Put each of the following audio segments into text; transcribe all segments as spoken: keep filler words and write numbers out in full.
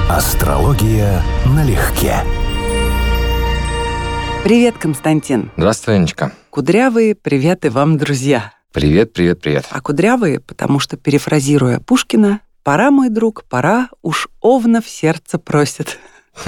Астрология налегке. Привет, Константин. Здравствуй, Анечка. Кудрявые, привет и вам, друзья. Привет, привет, привет. А кудрявые, потому что, перефразируя Пушкина, «Пора, мой друг, пора, уж овна в сердце просит».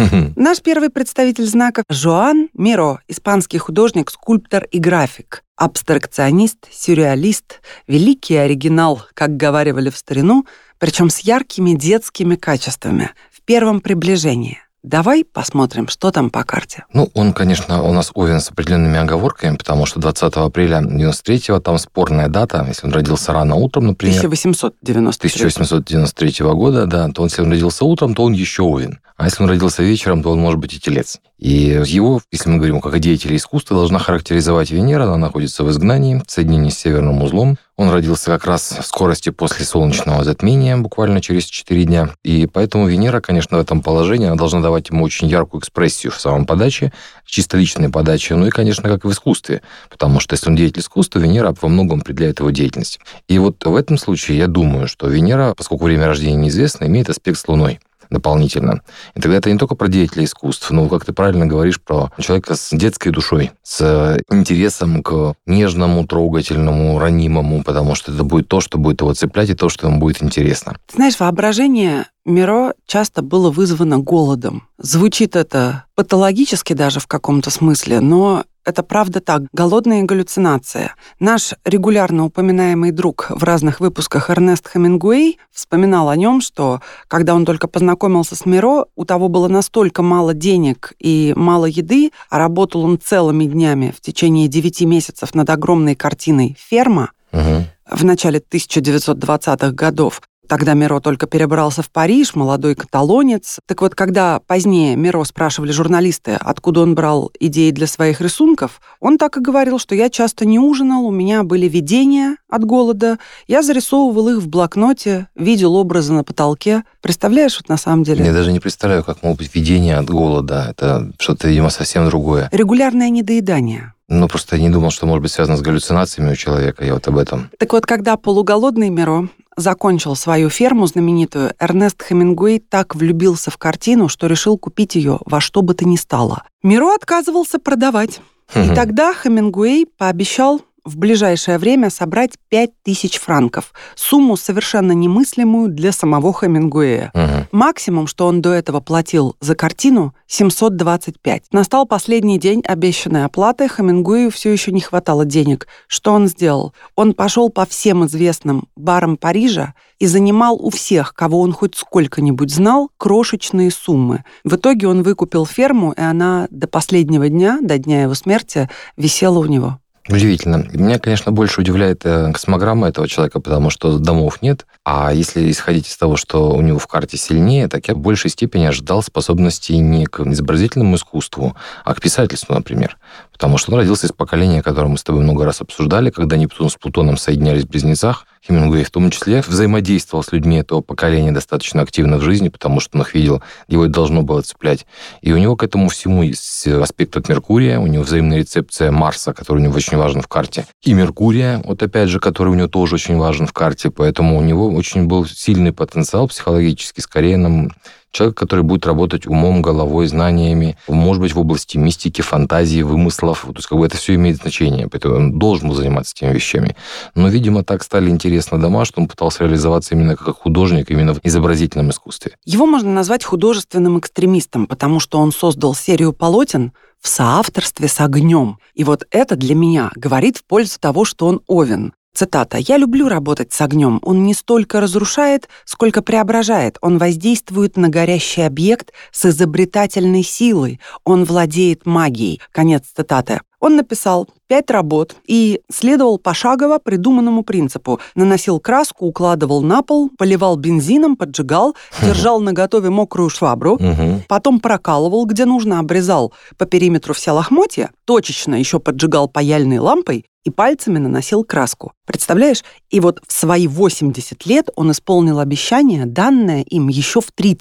Наш первый представитель знака – Жоан Миро, испанский художник, скульптор и график, абстракционист, сюрреалист, великий оригинал, как говаривали в старину, причем с яркими детскими качествами в первом приближении. Давай посмотрим, что там по карте. Ну, он, конечно, у нас Овен с определенными оговорками, потому что двадцатого апреля девяносто третьего там спорная дата, если он родился рано утром, например. тысяча восемьсот девяносто третьего. тысяча восемьсот девяносто третьего года, да, то если он родился утром, то он еще Овен. А если он родился вечером, то он может быть и Телец. И его, если мы говорим как о деятеле искусства, должна характеризовать Венера. Она находится в изгнании, в соединении с северным узлом. Он родился как раз в скорости после солнечного затмения, буквально через четыре дня. И поэтому Венера, конечно, в этом положении, она должна давать ему очень яркую экспрессию в самом подаче, чисто личной подаче, ну и, конечно, как и в искусстве. Потому что если он деятель искусства, Венера во многом определяет его деятельность. И вот в этом случае я думаю, что Венера, поскольку время рождения неизвестно, имеет аспект с Луной дополнительно. И тогда это не только про деятеля искусств, но, как ты правильно говоришь, про человека с детской душой, с интересом к нежному, трогательному, ранимому, потому что это будет то, что будет его цеплять, и то, что ему будет интересно. Знаешь, воображение Миро часто было вызвано голодом. Звучит это патологически даже в каком-то смысле, но это правда так. Голодная галлюцинация. Наш регулярно упоминаемый друг в разных выпусках Эрнест Хемингуэй вспоминал о нем, что когда он только познакомился с Миро, у того было настолько мало денег и мало еды, а работал он целыми днями в течение девяти месяцев над огромной картиной «Ферма» угу. в начале тысяча девятьсот двадцатых годов. Тогда Миро только перебрался в Париж, молодой каталонец. Так вот, когда позднее Миро спрашивали журналисты, откуда он брал идеи для своих рисунков, он так и говорил, что я часто не ужинал, у меня были видения от голода, я зарисовывал их в блокноте, видел образы на потолке. Представляешь, вот на самом деле? Я даже не представляю, как могут быть видения от голода. Это что-то, видимо, совсем другое. Регулярное недоедание. Ну, просто я не думал, что может быть связано с галлюцинациями у человека, я вот об этом. Так вот, когда полуголодный Миро закончил свою «Ферму» знаменитую, Эрнест Хемингуэй так влюбился в картину, что решил купить ее во что бы то ни стало. Миро отказывался продавать. И тогда Хемингуэй пообещал в ближайшее время собрать пять тысяч франков. Сумму совершенно немыслимую для самого Хемингуэя. Угу. Максимум, что он до этого платил за картину, семьсот двадцать пять. Настал последний день обещанной оплаты. Хемингуэю все еще не хватало денег. Что он сделал? Он пошел по всем известным барам Парижа и занимал у всех, кого он хоть сколько-нибудь знал, крошечные суммы. В итоге он выкупил ферму, и она до последнего дня, до дня его смерти, висела у него. Удивительно. Меня, конечно, больше удивляет космограмма этого человека, потому что домов нет. А если исходить из того, что у него в карте сильнее, так я в большей степени ожидал способностей не к изобразительному искусству, а к писательству, например. Потому что он родился из поколения, которое мы с тобой много раз обсуждали, когда Нептун с Плутоном соединялись в Близнецах. Хемингуэй в том числе взаимодействовал с людьми этого поколения достаточно активно в жизни, потому что он их видел, его это должно было цеплять. И у него к этому всему есть аспект от Меркурия, у него взаимная рецепция Марса, который у него очень важен в карте, и Меркурия, вот опять же, который у него тоже очень важен в карте, поэтому у него очень был сильный потенциал психологический, скорее нам... Человек, который будет работать умом, головой, знаниями, может быть, в области мистики, фантазии, вымыслов. То есть, как бы это все имеет значение, поэтому он должен был заниматься теми вещами. Но, видимо, так стали интересны дома, что он пытался реализоваться именно как художник, именно в изобразительном искусстве. Его можно назвать художественным экстремистом, потому что он создал серию полотен в соавторстве с огнем. И вот это для меня говорит в пользу того, что он Овен. Цитата. «Я люблю работать с огнем. Он не столько разрушает, сколько преображает. Он воздействует на горящий объект с изобретательной силой. Он владеет магией». Конец цитаты. Он написал пять работ и следовал пошагово придуманному принципу. Наносил краску, укладывал на пол, поливал бензином, поджигал, держал наготове мокрую швабру, потом прокалывал, где нужно, обрезал по периметру все лохмотья, точечно еще поджигал паяльной лампой и пальцами наносил краску. Представляешь? И вот в свои восемьдесят лет он исполнил обещание, данное им еще в тридцать.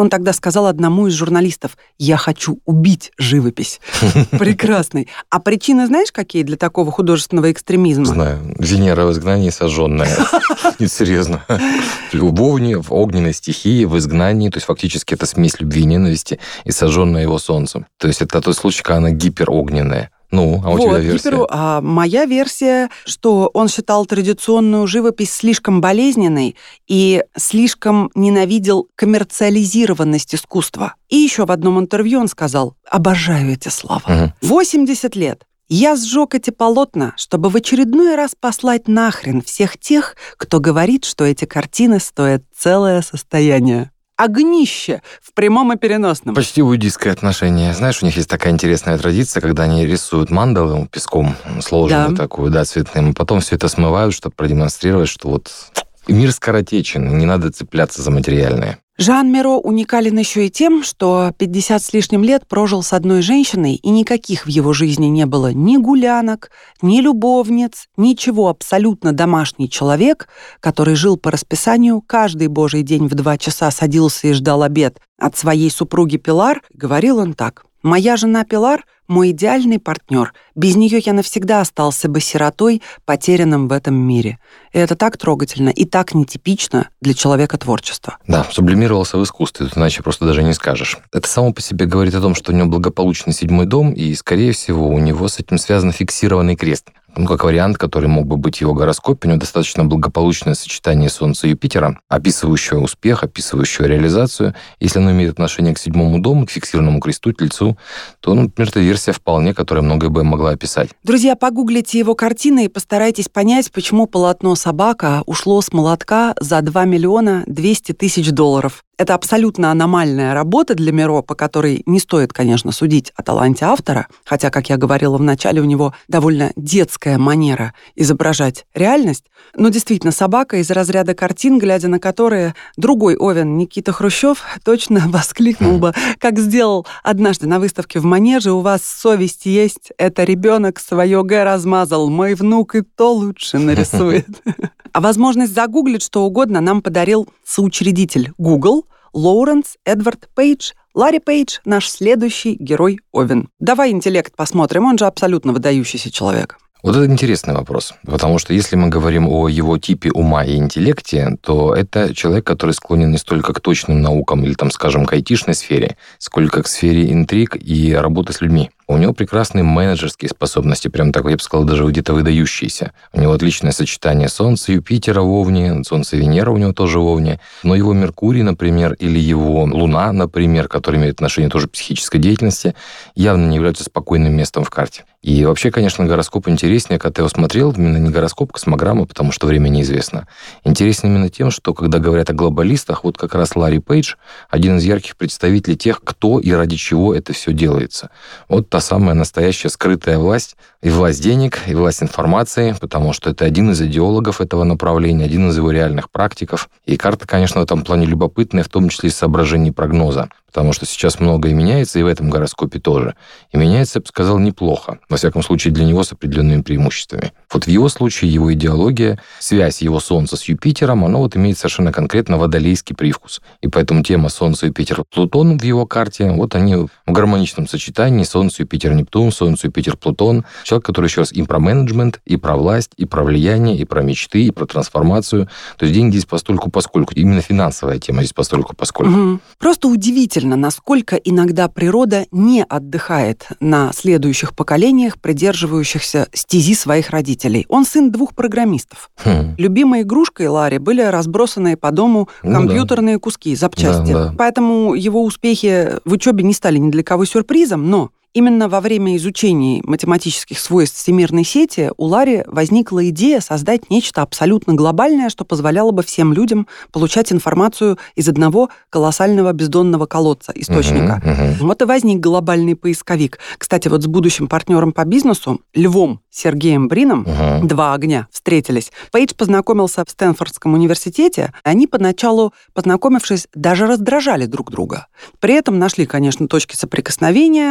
Он тогда сказал одному из журналистов: «Я хочу убить живопись». Прекрасный. А причины знаешь, какие для такого художественного экстремизма? Знаю. Венера в изгнании сожженная. Нет, серьезно. Любовни в огненной стихии, в изгнании. То есть фактически это смесь любви и ненависти и сожженная его солнцем. То есть это тот случай, когда она гиперогненная. Ну, а у вот, тебя версия? Гиперу, а моя версия, что он считал традиционную живопись слишком болезненной и слишком ненавидел коммерциализированность искусства. И еще в одном интервью он сказал: «Обожаю эти слова». Угу. восемьдесят лет. Я сжег эти полотна, чтобы в очередной раз послать нахрен всех тех, кто говорит, что эти картины стоят целое состояние. Огнище в прямом и переносном. Почти буддийское отношение. Знаешь, у них есть такая интересная традиция, когда они рисуют мандалы песком сложенную, да, такую, да, цветным, и потом все это смывают, чтобы продемонстрировать, что вот мир скоротечен, не надо цепляться за материальное. Жан Миро уникален еще и тем, что пятьдесят с лишним лет прожил с одной женщиной, и никаких в его жизни не было ни гулянок, ни любовниц, ничего, абсолютно домашний человек, который жил по расписанию, каждый божий день в два часа садился и ждал обед от своей супруги Пилар. Говорил он так: «Моя жена Пилар — мой идеальный партнер. Без нее я навсегда остался бы сиротой, потерянным в этом мире». И это так трогательно и так нетипично для человека творчества. Да, сублимировался в искусстве, тут иначе просто даже не скажешь. Это само по себе говорит о том, что у него благополучный седьмой дом, и, скорее всего, у него с этим связан фиксированный крест. Ну, как вариант, который мог бы быть в его гороскопе, у него достаточно благополучное сочетание Солнца и Юпитера, описывающее успех, описывающее реализацию. Если оно имеет отношение к седьмому дому, к фиксированному кресту, тельцу, то, ну, например, это версия вполне, которая многое бы могла описать. Друзья, погуглите его картины и постарайтесь понять, почему полотно «Собака» ушло с молотка за два миллиона двести тысяч долларов. Это абсолютно аномальная работа для Миро, по которой не стоит, конечно, судить о таланте автора, хотя, как я говорила в начале, у него довольно детская манера изображать реальность. Но действительно, «Собака» из разряда картин, глядя на которые другой Овен, Никита Хрущев, точно воскликнул бы, как сделал однажды на выставке в Манеже: «У вас совесть есть, это ребенок свое гэ размазал, мой внук и то лучше нарисует». А возможность загуглить что угодно нам подарил соучредитель Google Лоуренс Эдвард Пейдж. Ларри Пейдж — наш следующий герой Овен. Давай интеллект посмотрим, он же абсолютно выдающийся человек. Вот это интересный вопрос, потому что если мы говорим о его типе ума и интеллекте, то это человек, который склонен не столько к точным наукам или, там, скажем, к айтишной сфере, сколько к сфере интриг и работы с людьми. У него прекрасные менеджерские способности, прям так, я бы сказал, даже где-то выдающиеся. У него отличное сочетание Солнца, Юпитера в Овне, Солнце и Венера у него тоже в Овне. Но его Меркурий, например, или его Луна, например, который имеет отношение тоже к психической деятельности, явно не являются спокойным местом в карте. И вообще, конечно, гороскоп интереснее, когда я его смотрел, именно не гороскоп, космограмма, потому что время неизвестно. Интереснее именно тем, что когда говорят о глобалистах, вот как раз Ларри Пейдж один из ярких представителей тех, кто и ради чего это все делается. Вот та самая настоящая скрытая власть, и власть денег, и власть информации, потому что это один из идеологов этого направления, один из его реальных практиков. И карта, конечно, в этом плане любопытная, в том числе из соображений прогноза, потому что сейчас многое меняется, и в этом гороскопе тоже. И меняется, я бы сказал, неплохо. Во всяком случае, для него с определенными преимуществами. Вот в его случае его идеология, связь его Солнца с Юпитером, она вот имеет совершенно конкретно водолейский привкус. И поэтому тема Солнце, Юпитер, Плутон в его карте, вот они в гармоничном сочетании: Солнце, Юпитер, Нептун, Солнце, Юпитер, Плутон. Человек, который еще раз и про менеджмент, и про власть, и про влияние, и про мечты, и про трансформацию. То есть деньги здесь постольку-поскольку. Именно финансовая тема здесь постольку-поскольку. Угу. Просто удивительно, насколько иногда природа не отдыхает на следующих поколениях, придерживающихся стези своих родителей. Он сын двух программистов. Хм. Любимой игрушкой Ларри были разбросанные по дому компьютерные ну, да. куски, запчасти. Да, да. Поэтому его успехи в учебе не стали ни для кого сюрпризом, но именно во время изучения математических свойств всемирной сети у Ларри возникла идея создать нечто абсолютно глобальное, что позволяло бы всем людям получать информацию из одного колоссального бездонного колодца, источника. Uh-huh, uh-huh. Вот и возник глобальный поисковик. Кстати, вот с будущим партнером по бизнесу, Львом Сергеем Брином, uh-huh. два огня, встретились. Пейдж познакомился в Стэнфордском университете. Они поначалу, познакомившись, даже раздражали друг друга. При этом нашли, конечно, точки соприкосновения. Оба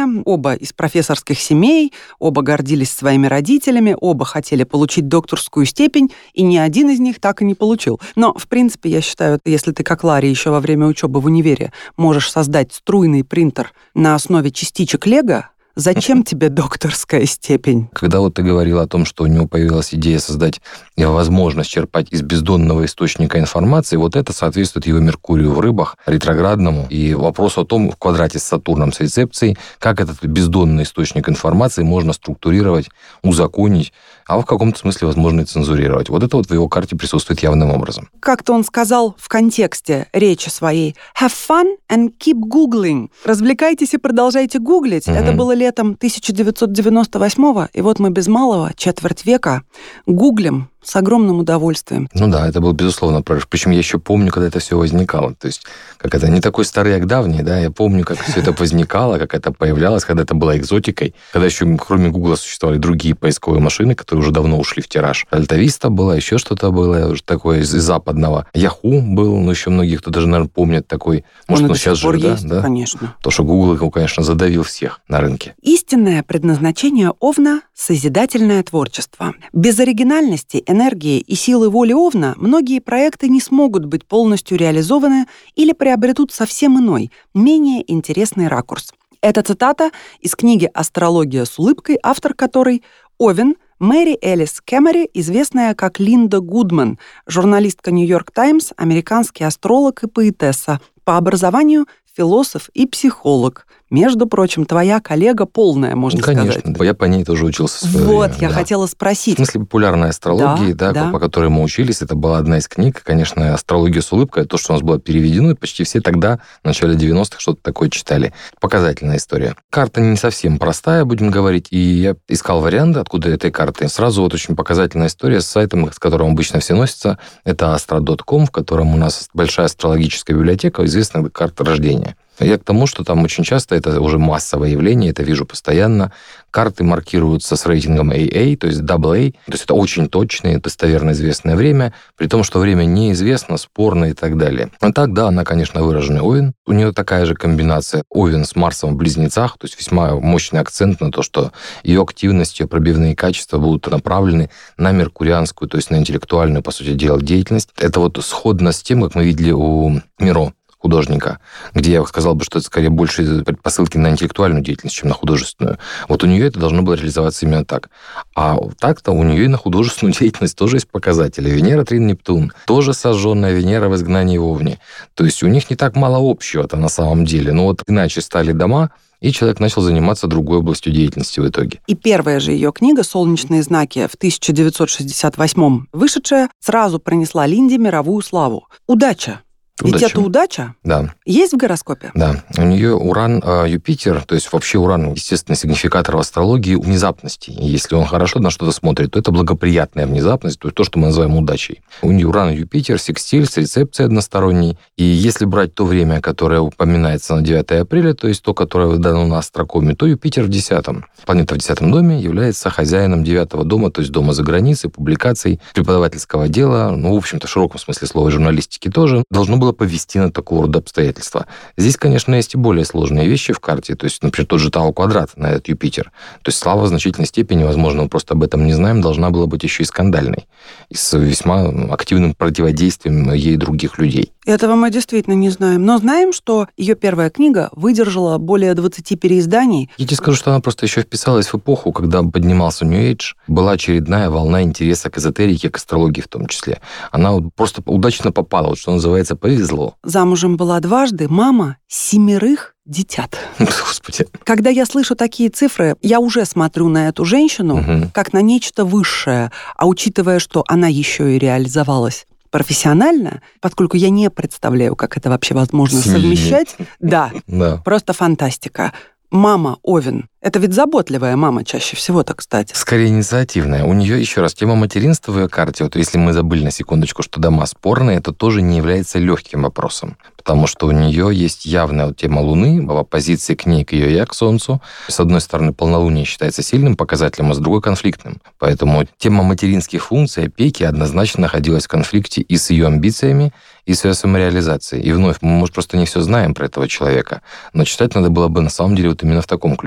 оба из профессорских семей, оба гордились своими родителями, оба хотели получить докторскую степень, и ни один из них так и не получил. Но, в принципе, я считаю, если ты, как Ларри, еще во время учебы в универе можешь создать струйный принтер на основе частичек Лего, зачем тебе докторская степень? Когда вот ты говорил о том, что у него появилась идея создать возможность черпать из бездонного источника информации, вот это соответствует его Меркурию в рыбах, ретроградному, и вопросу о том, в квадрате с Сатурном, с рецепцией, как этот бездонный источник информации можно структурировать, узаконить, а в каком-то смысле, возможно, и цензурировать. Вот это вот в его карте присутствует явным образом. Как-то он сказал в контексте речи своей «Have fun and keep googling». Развлекайтесь и продолжайте гуглить. Mm-hmm. Это было летом тысяча девятьсот девяносто восьмого, и вот мы без малого четверть века гуглим с огромным удовольствием. Ну да, это был, безусловно, прорыв. Причем я еще помню, когда это все возникало. То есть, как это, не такой старый, как давний, да, я помню, как все это возникало, как это появлялось, когда это было экзотикой, когда еще кроме Гугла существовали другие поисковые машины, которые уже давно ушли в тираж. Альтависта было, еще что-то было, уже такое из, из западного. Яху был, но еще многие, кто даже, наверное, помнит такой. Может, он, он сейчас жив, есть, да? Конечно. То, что Гугл его, конечно, задавил всех на рынке. Истинное предназначение Овна – созидательное творчество. Без оригинальности, энергии и силы воли Овна многие проекты не смогут быть полностью реализованы или приобретут совсем иной, менее интересный ракурс. Это цитата из книги «Астрология с улыбкой», автор которой Овен Мэри Элис Кэмери, известная как Линда Гудман, журналистка «Нью-Йорк Таймс», американский астролог и поэтесса, по образованию философ и психолог. Между прочим, твоя коллега полная, можно Конечно, сказать. Конечно, я по ней тоже учился. Вот, время, я да. хотела спросить. В смысле популярной астрологии, да, да, да. да. по которой мы учились, это была одна из книг, конечно, «Астрология с улыбкой», то, что у нас было переведено, и почти все тогда, в начале девяностых, что-то такое читали. Показательная история. Карта не совсем простая, будем говорить, и я искал варианты, откуда этой карты. Сразу вот очень показательная история с сайтом, с которым обычно все носятся, это астро точка ком, в котором у нас большая астрологическая библиотека, известная как карта рождения. Я к тому, что там очень часто это уже массовое явление, это вижу постоянно. Карты маркируются с рейтингом эй эй, то есть дабл эй, то есть это очень точное, достоверно известное время, при том, что время неизвестно, спорно и так далее. А так, да, она, конечно, выраженный Овен. У нее такая же комбинация Овен с Марсом в Близнецах, то есть весьма мощный акцент на то, что ее активность, ее пробивные качества будут направлены на меркурианскую, то есть на интеллектуальную, по сути дела, деятельность. Это вот сходно с тем, как мы видели у Миро, художника, где я сказал бы, что это скорее больше предпосылки на интеллектуальную деятельность, чем на художественную. Вот у нее это должно было реализоваться именно так. А так-то у нее и на художественную деятельность тоже есть показатели. Венера, Трин, Нептун. Тоже сожженная Венера в изгнании в Овне. То есть у них не так мало общего-то на самом деле. Но вот иначе стали дома, и человек начал заниматься другой областью деятельности в итоге. И первая же ее книга «Солнечные знаки» в тысяча девятьсот шестьдесят восьмом вышедшая сразу принесла Линде мировую славу. Удача! Ведь Удача. это удача? Да. Есть в гороскопе? Да. У нее Уран, Юпитер, то есть вообще Уран, естественно, сигнификатор в астрологии внезапности. И если он хорошо на что-то смотрит, то это благоприятная внезапность, то есть то, что мы называем удачей. У нее Уран и Юпитер, секстиль с рецепцией односторонней. И если брать то время, которое упоминается на девятое апреля, то есть то, которое дано на астрокоме, то Юпитер в десятом. Планета в десятом доме является хозяином девятого дома, то есть дома за границей, публикаций, преподавательского дела, ну, в общем-то, в широком смысле слова, журналистики тоже, должно было повести на такого рода обстоятельства. Здесь, конечно, есть и более сложные вещи в карте, то есть, например, тот же Тау-квадрат на этот Юпитер. То есть слава в значительной степени, возможно, мы просто об этом не знаем, должна была быть еще и скандальной, и с весьма активным противодействием ей других людей. Этого мы действительно не знаем. Но знаем, что ее первая книга выдержала более двадцати переизданий. Я тебе скажу, что она просто еще вписалась в эпоху, когда поднимался New Age, была очередная волна интереса к эзотерике, к астрологии в том числе. Она просто удачно попала, вот что называется, повезло. Замужем была дважды, мама семерых детят. Господи. Когда я слышу такие цифры, я уже смотрю на эту женщину угу. как на нечто высшее, а учитывая, что она еще и реализовалась профессионально, поскольку я не представляю, как это вообще возможно Семьи. совмещать. Да, да, просто фантастика. Мама Овен. Это ведь заботливая мама чаще всего-то, кстати. Скорее инициативная. У нее, еще раз, тема материнства в ее карте, вот если мы забыли на секундочку, что дома спорные, это тоже не является легким вопросом. Потому что у нее есть явная вот тема Луны в оппозиции к ней, к ее я, к Солнцу. С одной стороны, полнолуние считается сильным показателем, а с другой — конфликтным. Поэтому тема материнских функций, опеки однозначно находилась в конфликте и с ее амбициями, и с ее самореализацией. И вновь, мы, может, просто не все знаем про этого человека, но читать надо было бы на самом деле вот именно в таком ключе.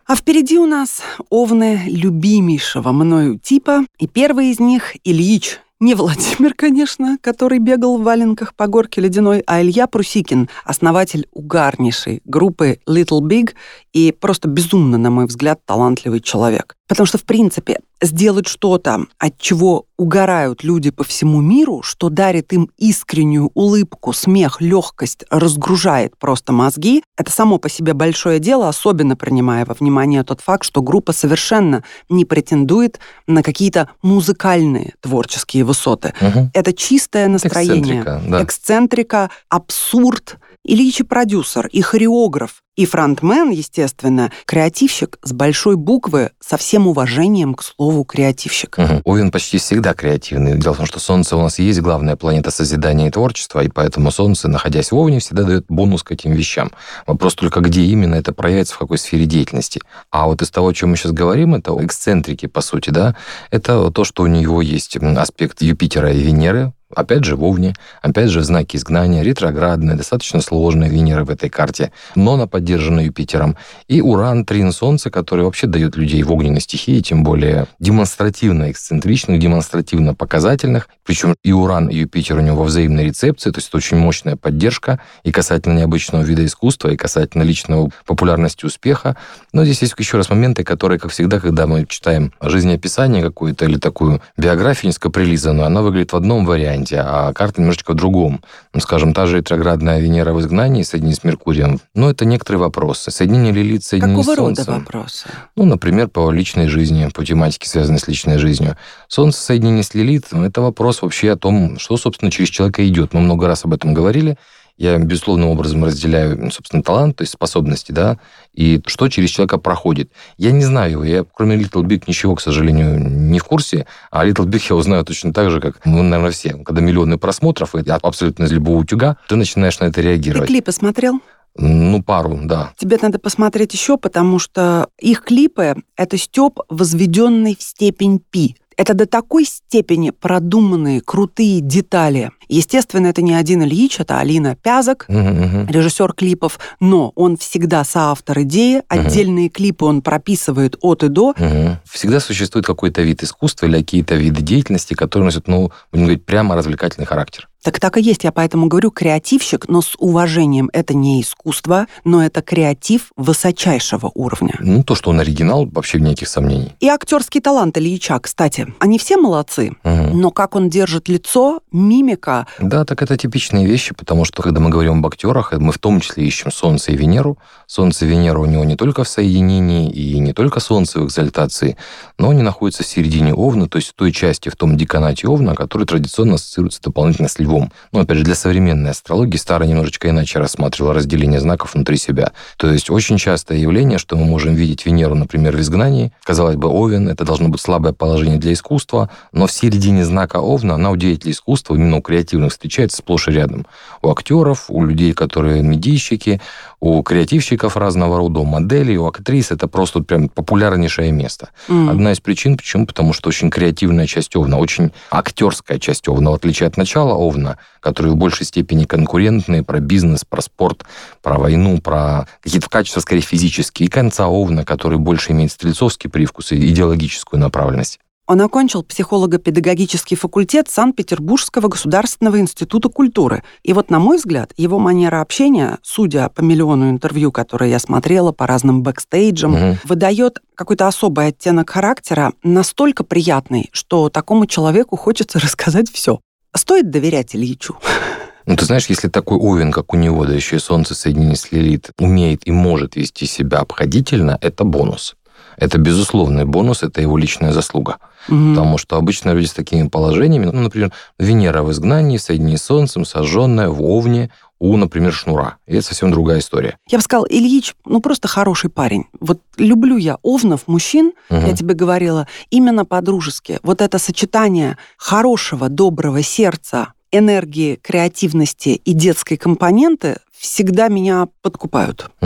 А впереди у нас овны любимейшего мною типа. И первый из них — Ильич. Не Владимир, конечно, который бегал в валенках по горке ледяной, а Илья Прусикин, основатель угарнейшей группы Little Big и просто безумно, на мой взгляд, талантливый человек. Потому что, в принципе, сделать что-то, от чего угорают люди по всему миру, что дарит им искреннюю улыбку, смех, легкость, разгружает просто мозги, это само по себе большое дело, особенно принимая во внимание тот факт, что группа совершенно не претендует на какие-то музыкальные творческие высоты. Угу. Это чистое настроение. Эксцентрика, да. Эксцентрика, абсурд. Ильич и продюсер, и хореограф, и фронтмен, естественно, креативщик с большой буквы, со всем уважением к слову креативщик. Угу. Овен почти всегда креативный. Дело в том, что Солнце у нас есть главная планета созидания и творчества, и поэтому Солнце, находясь в Овне, всегда дает бонус к этим вещам. Вопрос только, где именно это проявится, в какой сфере деятельности. А вот из того, о чем мы сейчас говорим, это эксцентрики, по сути, да, это то, что у него есть аспект Юпитера и Венеры, опять же, в Овне, опять же, в знаке изгнания, ретроградная, достаточно сложная Венера в этой карте, но она поддержана Юпитером. И Уран, трин Солнца, который вообще дает людей в огненной стихии, тем более демонстративно эксцентричных, демонстративно показательных. Причем и Уран, и Юпитер у него во взаимной рецепции, то есть это очень мощная поддержка и касательно необычного вида искусства, и касательно личного популярности, успеха. Но здесь есть еще раз моменты, которые, как всегда, когда мы читаем жизнеописание какое-то или такую биографию низкоприлизанную, она выглядит в одном варианте, а карта немножечко в другом. Ну, скажем, та же ретроградная Венера в изгнании, соединение с Меркурием, но это некоторые вопросы. Соединение Лилит, соединение с Солнцем. Какого рода вопросы? Ну, например, по личной жизни, по тематике, связанной с личной жизнью. Солнце соединение с Лилит — это вопрос вообще о том, что, собственно, через человека идет. Мы много раз об этом говорили. Я, безусловным образом, разделяю, собственно, талант, то есть способности, да, и что через человека проходит. Я не знаю его, я, кроме Little Big, ничего, к сожалению, не в курсе, а Little Big я узнаю точно так же, как, ну, наверное, все. Когда миллионы просмотров, и абсолютно из любого утюга, ты начинаешь на это реагировать. Ты клипы смотрел? Ну, пару, да. Тебе надо посмотреть еще, потому что их клипы — это стёб, возведенный в степень пи. Это до такой степени продуманные, крутые детали. Естественно, это не один Ильич, это Алина Пязок, uh-huh. режиссер клипов, но он всегда соавтор идеи, отдельные uh-huh. клипы он прописывает от и до. Uh-huh. Всегда существует какой-то вид искусства или какие-то виды деятельности, которые носят, ну, будем говорить, прямо развлекательный характер. Так так и есть, я поэтому говорю креативщик, но с уважением. Это не искусство, но это креатив высочайшего уровня. Ну, то, что он оригинал, вообще вне никаких сомнений. И актерский талант Ильича, кстати. Они все молодцы, угу. но как он держит лицо, мимика. Да, так это типичные вещи, потому что, когда мы говорим об актерах, мы в том числе ищем Солнце и Венеру. Солнце и Венера у него не только в соединении и не только Солнце в экзальтации, но они находятся в середине Овна, то есть в той части, в том деканате Овна, который традиционно ассоциируется дополнительно с Львом. Ну, опять же, для современной астрологии старая немножечко иначе рассматривала разделение знаков внутри себя. То есть очень частое явление, что мы можем видеть Венеру, например, в изгнании. Казалось бы, Овен — это должно быть слабое положение для искусства, но в середине знака Овна она у деятелей искусства, именно у креативных, встречается сплошь и рядом. У актеров, у людей, которые медийщики, у креативщиков разного рода, у моделей, у актрис. Это просто прям популярнейшее место. Mm. Одна из причин, почему? Потому что очень креативная часть Овна, очень актерская часть Овна, в отличие от начала Овна, которые в большей степени конкурентные, про бизнес, про спорт, про войну, про какие-то качества, скорее, физические. И конца Овна, который больше имеет стрельцовский привкус и идеологическую направленность. Он окончил психолого-педагогический факультет Санкт-Петербургского государственного института культуры. И вот, на мой взгляд, его манера общения, судя по миллиону интервью, которые я смотрела по разным бэкстейджам, угу. выдает какой-то особый оттенок характера, настолько приятный, что такому человеку хочется рассказать все. Стоит доверять Ильичу. Ну, ты знаешь, если такой Овен, как у него, да еще и Солнце соединение с Лилит, умеет и может вести себя обходительно, это бонус. Это безусловный бонус, это его личная заслуга. Угу. Потому что обычно люди с такими положениями, ну, например, Венера в изгнании, соединение с Солнцем, сожженная в Овне у, например, Шнура. И это совсем другая история. Я бы сказала, Ильич, ну, просто хороший парень. Вот люблю я овнов, мужчин, угу. я тебе говорила, именно по-дружески. Вот это сочетание хорошего, доброго сердца, энергии, креативности и детской компоненты всегда меня подкупают. Угу.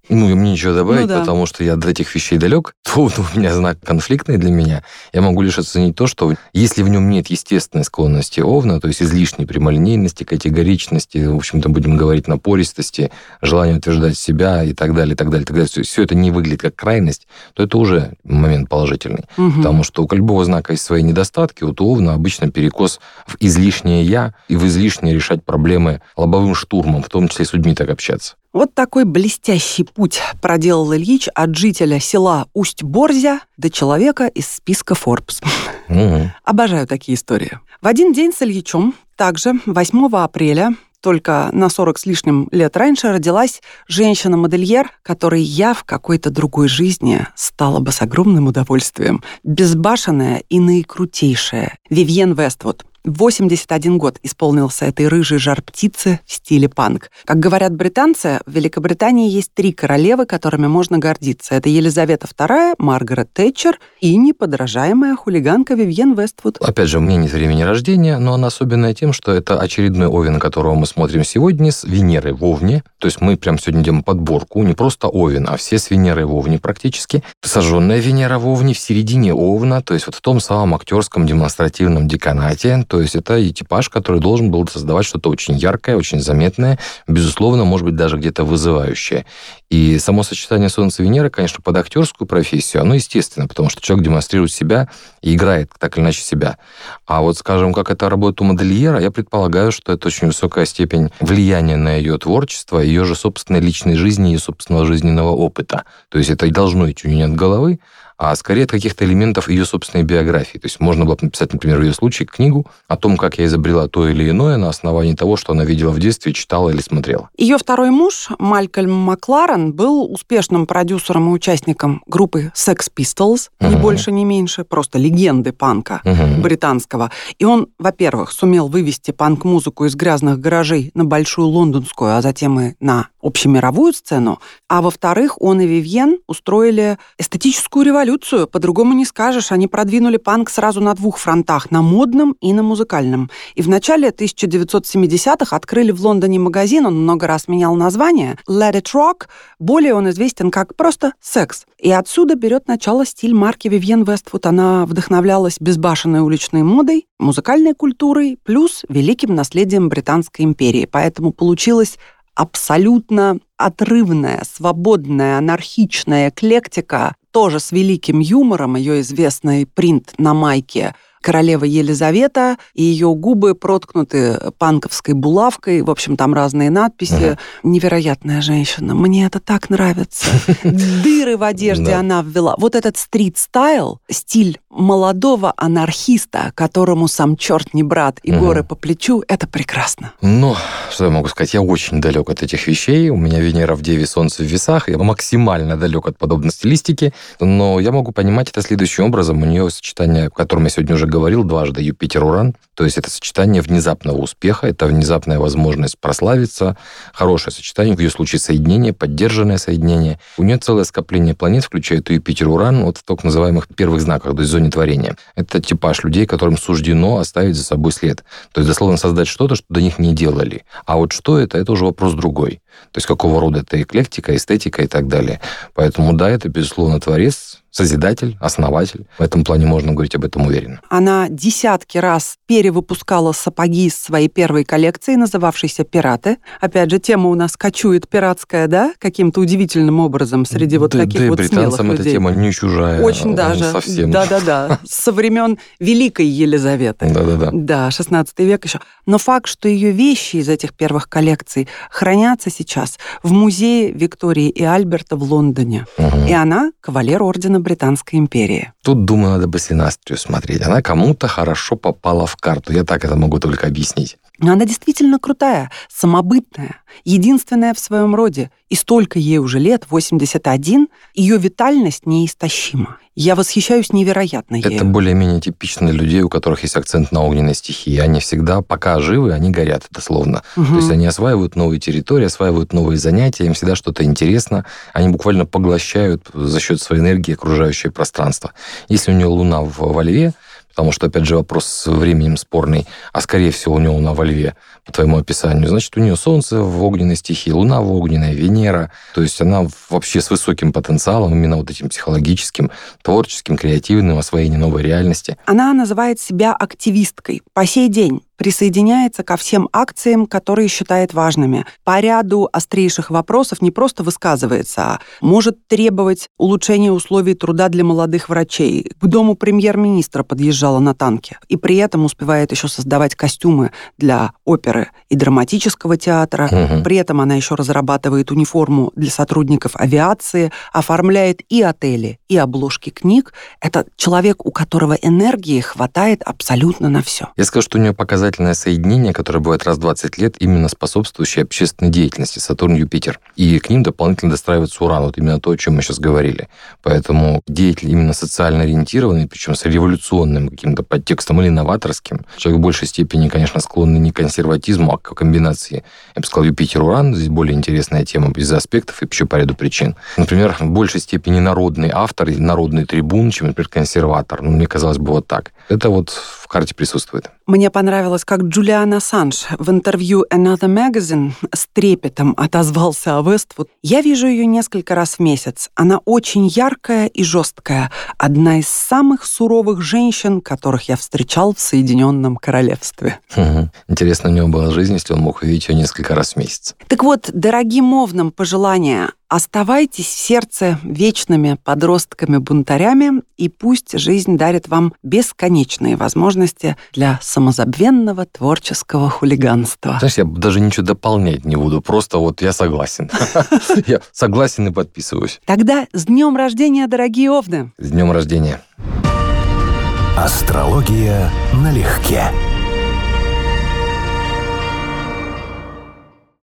Ну, и мне ничего добавить, Ну да. потому что я до этих вещей далек. То у меня знак конфликтный для меня. Я могу лишь оценить то, что если в нем нет естественной склонности Овна, то есть излишней прямолинейности, категоричности, в общем-то, будем говорить, напористости, желания утверждать себя и так далее, и так далее, и так далее, все это не выглядит как крайность, то это уже момент положительный. Угу. Потому что у любого знака есть свои недостатки, вот у Овна обычно перекос в излишнее «я» и в излишнее решать проблемы лобовым штурмом, в том числе с людьми так общаться. Вот такой блестящий путь проделал Ильич от жителя села Усть-Борзя до человека из списка Forbes. Угу. Обожаю такие истории. В один день с Ильичом, также восьмого апреля, только на сорок с лишним лет раньше, родилась женщина-модельер, которой я в какой-то другой жизни стала бы с огромным удовольствием. Безбашенная и наикрутейшая Вивьен Вествуд. восемьдесят один год исполнился этой рыжей жар-птицы в стиле панк. Как говорят британцы, в Великобритании есть три королевы, которыми можно гордиться. Это Елизавета вторая, Маргарет Тэтчер и неподражаемая хулиганка Вивьен Вествуд. Опять же, у меня нет времени рождения, но она особенная тем, что это очередной Овен, которого мы смотрим сегодня, с Венерой в Овне. То есть мы прям сегодня делаем подборку, не просто Овен, а все с Венерой в Овне практически. Сожженная Венера в Овне в середине Овна, то есть вот в том самом актерском демонстративном деканате. То есть это и типаж, который должен был создавать что-то очень яркое, очень заметное, безусловно, может быть, даже где-то вызывающее. И само сочетание Солнца и Венеры, конечно, под актерскую профессию, оно естественно, потому что человек демонстрирует себя и играет так или иначе себя. А вот, скажем, как это работает у модельера, я предполагаю, что это очень высокая степень влияния на ее творчество, ее же собственной личной жизни, ее собственного жизненного опыта. То есть это и должно идти у нее от головы, а скорее от каких-то элементов ее собственной биографии. То есть можно было написать, например, в ее случае книгу о том, как я изобрела то или иное на основании того, что она видела в детстве, читала или смотрела. Ее второй муж, Малькольм Макларен, был успешным продюсером и участником группы Sex Pistols, ни Угу. больше, ни меньше, просто легенды панка Угу. британского. И он, во-первых, сумел вывести панк-музыку из грязных гаражей на большую лондонскую, а затем и на общемировую сцену. А во-вторых, он и Вивьен устроили эстетическую революцию. По-другому не скажешь. Они продвинули панк сразу на двух фронтах, на модном и на музыкальном. И в начале тысяча девятьсот семидесятых открыли в Лондоне магазин, он много раз менял название, Let It Rock. Более он известен как просто «Секс». И отсюда берет начало стиль марки Вивьен Вествуд. Она вдохновлялась безбашенной уличной модой, музыкальной культурой, плюс великим наследием Британской империи. Поэтому получилось абсолютно отрывная, свободная, анархичная эклектика, тоже с великим юмором, ее известный принт на майке королева Елизавета, и ее губы проткнуты панковской булавкой, в общем, там разные надписи. Ага. Невероятная женщина, мне это так нравится. Дыры в одежде Да. она ввела. Вот этот стрит-стайл, стиль молодого анархиста, которому сам черт не брат и Мгм. горы по плечу, это прекрасно. Ну, что я могу сказать? Я очень далек от этих вещей. У меня Венера в Деве, Солнце в Весах. Я максимально далек от подобной стилистики. Но я могу понимать это следующим образом. У нее сочетание, о котором я сегодня уже говорил, дважды Юпитер-Уран. То есть это сочетание внезапного успеха, это внезапная возможность прославиться, хорошее сочетание, в ее случае соединение, поддержанное соединение. У нее целое скопление планет, включая и Юпитер-Уран, вот в так называемых первых знаках, то есть в зоне творения. Это типаж людей, которым суждено оставить за собой след. То есть, дословно, создать что-то, что до них не делали. А вот что это, это уже вопрос другой. То есть, какого рода это эклектика, эстетика и так далее. Поэтому, да, это, безусловно, творец, созидатель, основатель. В этом плане можно говорить об этом уверенно. Она десятки раз перевыпускала сапоги из своей первой коллекции, называвшейся «Пираты». Опять же, тема у нас кочует пиратская, да, каким-то удивительным образом среди вот да, таких да и вот смелых британцам эта людей. тема не чужая. Очень даже. Совсем. Да-да-да. Со времен Великой Елизаветы. Да-да-да. Да, шестнадцатый век еще. Но факт, что ее вещи из этих первых коллекций хранятся сейчас в музее Виктории и Альберта в Лондоне. Угу. И она кавалер ордена Британской империи. Тут, думаю, надо бы синастрию смотреть. Она кому-то хорошо попала в карту. Я так это могу только объяснить. Но она действительно крутая, самобытная, единственная в своем роде. И столько ей уже лет, восемьдесят один, ее витальность неистощима. Я восхищаюсь невероятно ею. Это более-менее типично для людей, у которых есть акцент на огненной стихии. Они всегда, пока живы, они горят, дословно. Угу. То есть они осваивают новые территории, осваивают новые занятия, им всегда что-то интересно. Они буквально поглощают за счет своей энергии окружающее пространство. Если у нее Луна в во Льве, потому что, опять же, вопрос с временем спорный, а скорее всего у него Луна во Льве, по твоему описанию, значит, у нее Солнце в огненной стихии, Луна в огненной, Венера, то есть она вообще с высоким потенциалом, именно вот этим психологическим, творческим, креативным, освоением новой реальности. Она называет себя активисткой по сей день. Присоединяется ко всем акциям, которые считает важными. По ряду острейших вопросов не просто высказывается, а может требовать улучшения условий труда для молодых врачей. К дому премьер-министра подъезжала на танке. И при этом успевает еще создавать костюмы для оперы и драматического театра. Угу. При этом она еще разрабатывает униформу для сотрудников авиации, оформляет и отели, и обложки книг. Это человек, у которого энергии хватает абсолютно на все. Я скажу, что у нее показательное соединение, которое бывает раз в двадцать лет, именно способствующее общественной деятельности Сатурн-Юпитер. И к ним дополнительно достраивается Уран, вот именно то, о чем мы сейчас говорили. Поэтому деятель именно социально ориентированный, причем с революционным каким-то подтекстом или новаторским. Человек в большей степени, конечно, склонный не к консерватизму, а к комбинации, я бы сказал, Юпитер-Уран. Здесь более интересная тема из аспектов и еще по ряду причин. Например, в большей степени народный автор, народный трибун, чем, например, консерватор. Ну, мне казалось бы, вот так. Это вот в карте присутствует. Мне понравилось, как Джулиан Ассанж в интервью Another Magazine с трепетом отозвался о Вествуд. «Я вижу ее несколько раз в месяц. Она очень яркая и жесткая. Одна из самых суровых женщин, которых я встречал в Соединенном Королевстве». Угу. Интересно, у него была жизнь, если он мог увидеть ее несколько раз в месяц. Так вот, дорогим овнам пожелания. Оставайтесь в сердце вечными подростками-бунтарями, и пусть жизнь дарит вам бесконечные возможности для самозабвенного творческого хулиганства. Знаешь, я даже ничего дополнять не буду, просто вот я согласен. Я согласен и подписываюсь. Тогда с днем рождения, дорогие овны! С днем рождения! Астрология налегке.